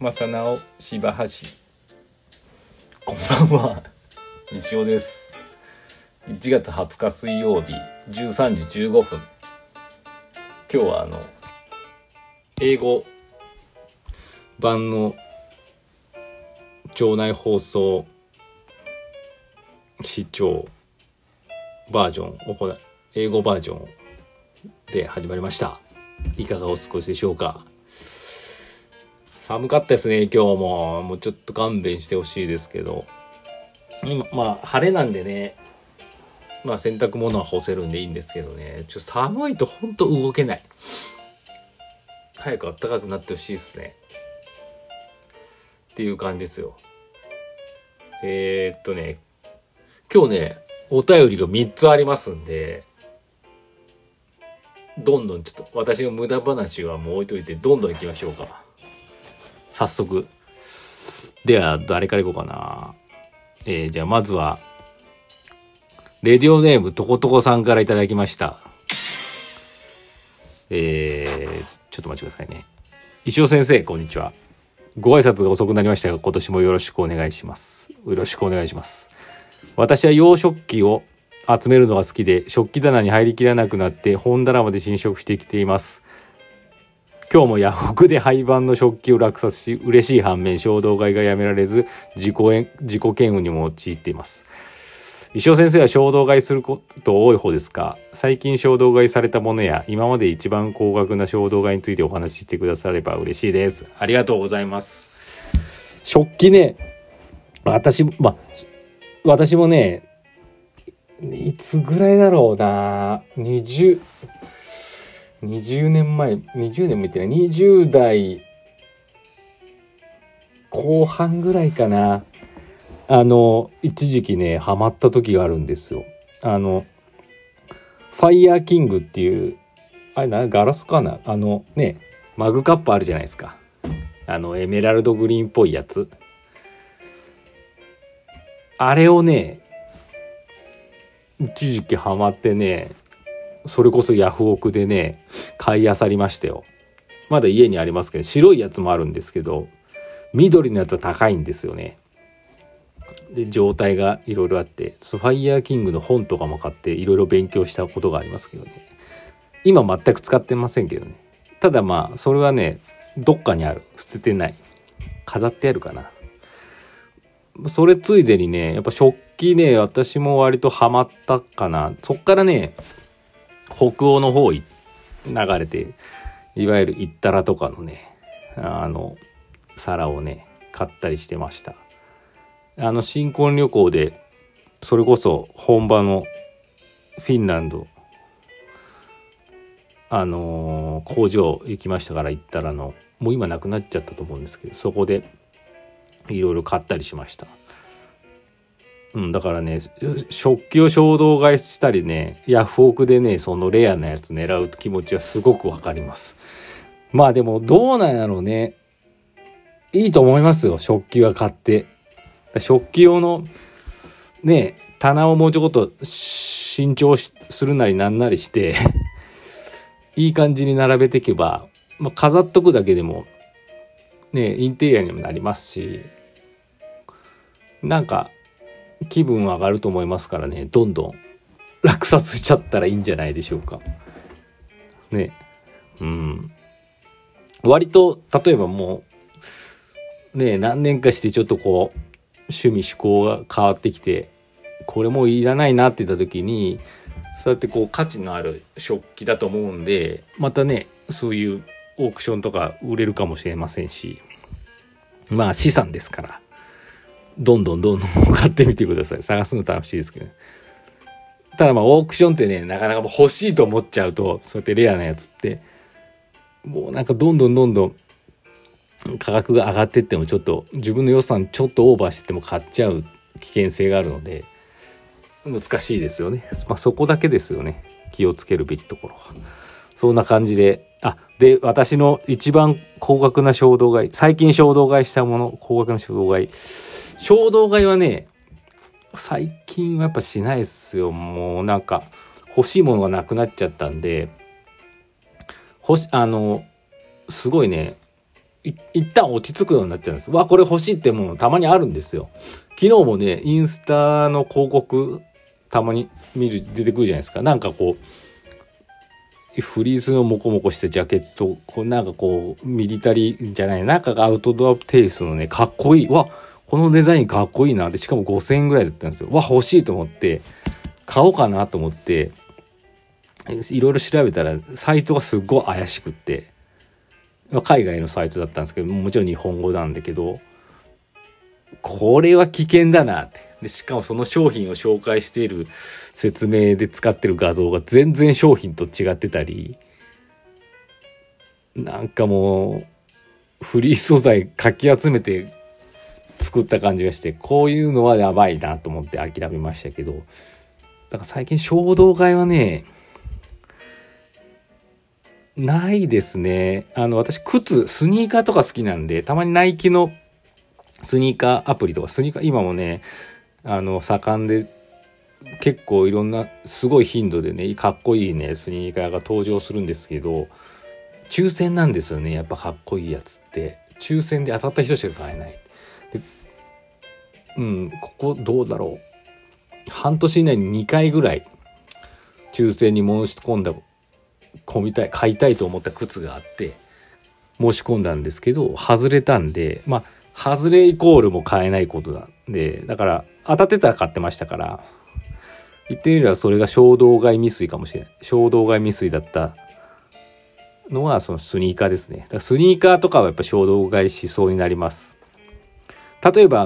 正直柴橋。こんばんは、西尾です。1月20日水曜日13時15分。今日は英語版の町内放送視聴バージョン英語バージョンで始まりました。いかがお過ごしでしょうか。寒かったですね。今日もうちょっと勘弁してほしいですけど、今晴れなんでね、洗濯物は干せるんでいいんですけどね、ちょっと寒いとほんと動けない。早く暖かくなってほしいですねっていう感じですよ。今日ねお便りが3つありますんで、どんどんちょっと私の無駄話はもう置いといてどんどん行きましょうか。早速では誰から行こうかな。じゃあまずはレディオネームとことこさんからいただきました。ちょっとお待ちくださいね。石尾先生こんにちは。ご挨拶が遅くなりましたが今年もよろしくお願いします。よろしくお願いします。私は洋食器を集めるのが好きで、食器棚に入りきらなくなって本棚まで侵食してきています。今日もヤフオクで廃盤の食器を落札し、嬉しい反面衝動買いがやめられず自己嫌悪にも陥っています。石尾先生は衝動買いすること多い方ですか？最近衝動買いされたものや今まで一番高額な衝動買いについてお話ししてくだされば嬉しいです。ありがとうございます。食器ね、私もね、いつぐらいだろうな、20年前、20年も言ってない、20代後半ぐらいかな。一時期ねハマった時があるんですよ。ファイヤーキングっていうあれガラスかな、マグカップあるじゃないですか。エメラルドグリーンっぽいやつ、あれをね一時期ハマってね、それこそヤフオクでね買い漁りましたよ。まだ家にありますけど、白いやつもあるんですけど緑のやつは高いんですよね。で状態がいろいろあって、ファイヤーキングの本とかも買っていろいろ勉強したことがありますけどね。今全く使ってませんけどね。ただそれはねどっかにある、捨ててない、飾ってあるかな。それついでにね、やっぱ食器ね私も割とハマったかな。そっからね北欧の方に流れて、いわゆるイッタラとかのね皿をね買ったりしてました。新婚旅行でそれこそ本場のフィンランド工場行きましたから、イッタラのもう今なくなっちゃったと思うんですけど、そこでいろいろ買ったりしました。だからね食器を衝動買いしたりね、ヤフオクでねそのレアなやつ狙う気持ちはすごくわかります。でもどうなんやろうね。いいと思いますよ、食器は買って。食器用のね棚をもうちょっと新調するなりなんなりしていい感じに並べていけば、飾っとくだけでもねインテリアにもなりますし、なんか気分上がると思いますからね、どんどん落札しちゃったらいいんじゃないでしょうかね。割と例えばもうね何年かしてちょっとこう趣味嗜好が変わってきて、これもういらないなって言った時にそうやってこう価値のある食器だと思うんで、またねそういうオークションとか売れるかもしれませんし、資産ですからどんどん買ってみてください。探すの楽しいですけど、ただオークションってねなかなか欲しいと思っちゃうと、そうやってレアなやつってもうなんかどんどん価格が上がってっても、ちょっと自分の予算ちょっとオーバーしてても買っちゃう危険性があるので難しいですよね。そこだけですよね、気をつけるべきところは。そんな感じで、で私の一番高額な衝動買い、最近衝動買いしたもの、高額な衝動買いはね最近はやっぱしないですよ。もうなんか欲しいものがなくなっちゃったんで、すごいね一旦落ち着くようになっちゃうんです。これ欲しいってものたまにあるんですよ。昨日もね、インスタの広告たまに出てくるじゃないですか。なんかこうフリースのモコモコしたジャケット、なんかこうミリタリーじゃない、なんかアウトドアテイストのね、かっこいい、このデザインかっこいいなって、しかも5000円ぐらいだったんですよ。欲しいと思って買おうかなと思っていろいろ調べたら、サイトがすっごい怪しくって、海外のサイトだったんですけど、もちろん日本語なんだけど、これは危険だなって。でしかもその商品を紹介している説明で使ってる画像が全然商品と違ってたり、なんかもうフリー素材かき集めて作った感じがして、こういうのはやばいなと思って諦めましたけど、だから最近衝動買いはねないですね。私スニーカーとか好きなんで、たまにナイキのスニーカーアプリとか、今もね盛んで、結構いろんなすごい頻度でね、かっこいいねスニーカーが登場するんですけど、抽選なんですよね。やっぱかっこいいやつって抽選で当たった人しか買えない。で、ここどうだろう、半年以内に2回ぐらい抽選に申し込みたい、買いたいと思った靴があって申し込んだんですけど、外れたんで、外れイコールも買えないことなんで、だから当たってたら買ってましたから、言ってみればそれが衝動買い未遂かもしれない。衝動買い未遂だったのはそのスニーカーですね。だからスニーカーとかはやっぱ衝動買いしそうになります。例えば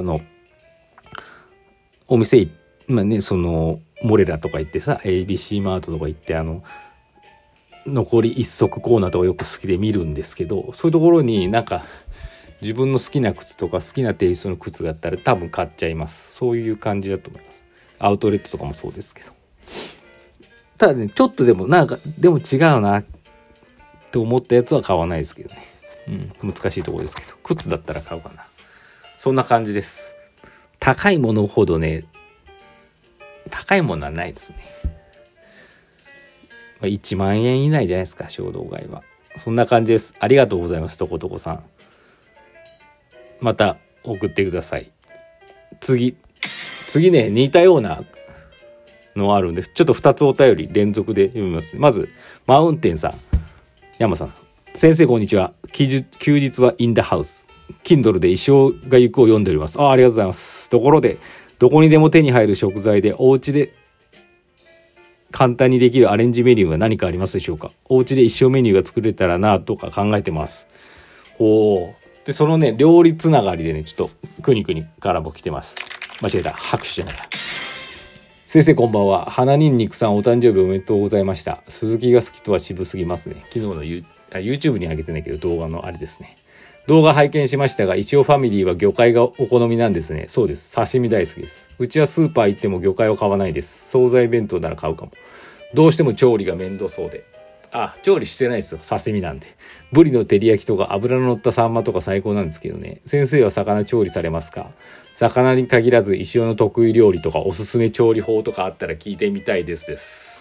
お店そのモレラとか行ってさ、 ABC マートとか行って残り一足コーナーとかよく好きで見るんですけど、そういうところになんか自分の好きな靴とか好きなテイストの靴があったら多分買っちゃいます。そういう感じだと思います。アウトレットとかもそうですけど。ただね、ちょっとでもでも違うなって思ったやつは買わないですけどね。難しいところですけど、靴だったら買うかな。そんな感じです。高いものほどね、高いものはないですね。1万円以内じゃないですか、衝動買いは。そんな感じです。ありがとうございます、とことこさん。また送ってください。次ね、似たようなのあるんです。ちょっと2つお便り連続で読みます。まずマウンテンさん、山さん、先生こんにちは。休日はインダハウス Kindle で一生が行くを読んでおります。ありがとうございます。ところで、どこにでも手に入る食材でお家で簡単にできるアレンジメニューは何かありますでしょうか。お家で一生メニューが作れたらなとか考えてます。でそのね、料理つながりでね、ちょっとくにくにからも来てます。間違えた、拍手じゃない。先生こんばんは。花にんにくさん、お誕生日おめでとうございました。鈴木が好きとは渋すぎますね。昨日のYouTube に上げてないけど、動画のあれですね。動画拝見しましたが、一応ファミリーは魚介がお好みなんですね。そうです。刺身大好きです。うちはスーパー行っても魚介を買わないです。惣菜弁当なら買うかも。どうしても調理が面倒そうで。調理してないですよ。刺身なんで。ブリの照り焼きとか油の乗ったサンマとか最高なんですけどね。先生は魚調理されますか？魚に限らず石尾の得意料理とかおすすめ調理法とかあったら聞いてみたいです。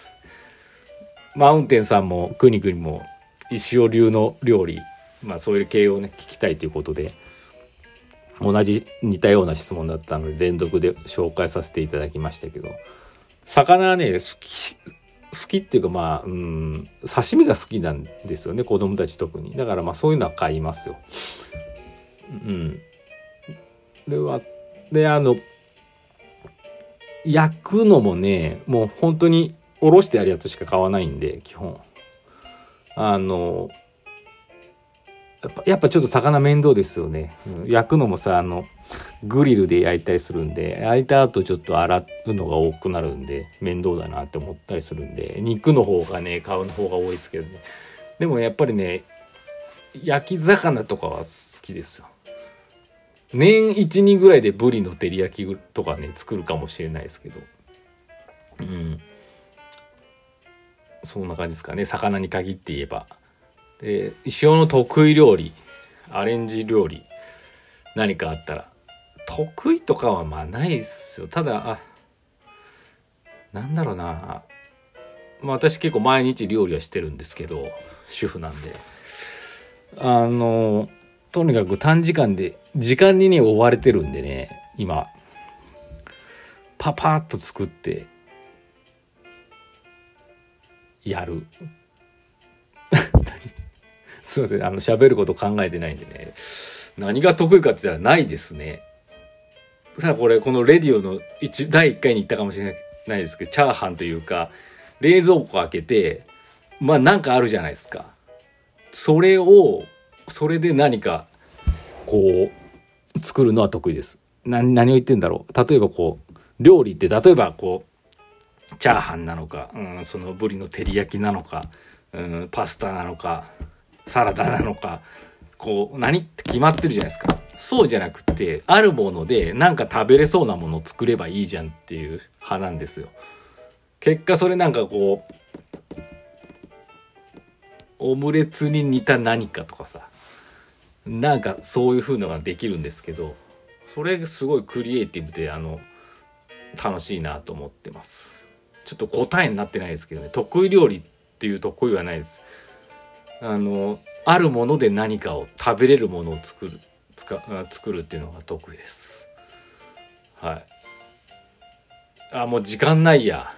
マウンテンさんもくにくにも石尾流の料理、そういう系をね聞きたいということで、似たような質問だったので連続で紹介させていただきましたけど、魚はね好きっていうか刺身が好きなんですよね、子供たち特に。だからそういうのは買いますよ。で焼くのもね、もう本当におろしてあるやつしか買わないんで、基本やっぱちょっと魚面倒ですよね。焼くのもさ、グリルで焼いたりするんで、焼いた後ちょっと洗うのが多くなるんで面倒だなって思ったりするんで、肉の方がね、買うの方が多いですけどね。でもやっぱりね、焼き魚とかは好きですよ。年 1,2 ぐらいでブリの照り焼きとかね作るかもしれないですけど、そんな感じですかね、魚に限って言えば。で、石尾の得意料理、アレンジ料理何かあったら。得意とかはないっすよ。ただなんだろうな、私結構毎日料理はしてるんですけど、主婦なんでとにかく短時間で時間にね追われてるんでね、今パパッと作ってやるすいません、喋ること考えてないんでね、何が得意かって言ったらないですね。ただこのレディオの第1回に言ったかもしれないですけど、チャーハンというか冷蔵庫開けてなんかあるじゃないですか。それで何かこう作るのは得意です。何を言ってんだろう。例えば料理って例えばチャーハンなのか、そのブリの照り焼きなのか、パスタなのかサラダなのか、何って決まってるじゃないですか。そうじゃなくて、あるものでなんか食べれそうなものを作ればいいじゃんっていう派なんですよ。結果それなんかオムレツに似た何かとかさ、なんかそういう風のができるんですけど、それがすごいクリエイティブで楽しいなと思ってます。ちょっと答えになってないですけどね、得意料理っていう得意はないです。あるもので何かを食べれるものを作るっていうのが得意です。はい。もう時間ないや。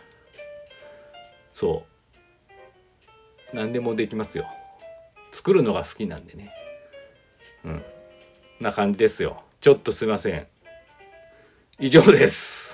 そう何でもできますよ。作るのが好きなんでね。な感じですよ。ちょっとすいません。以上です。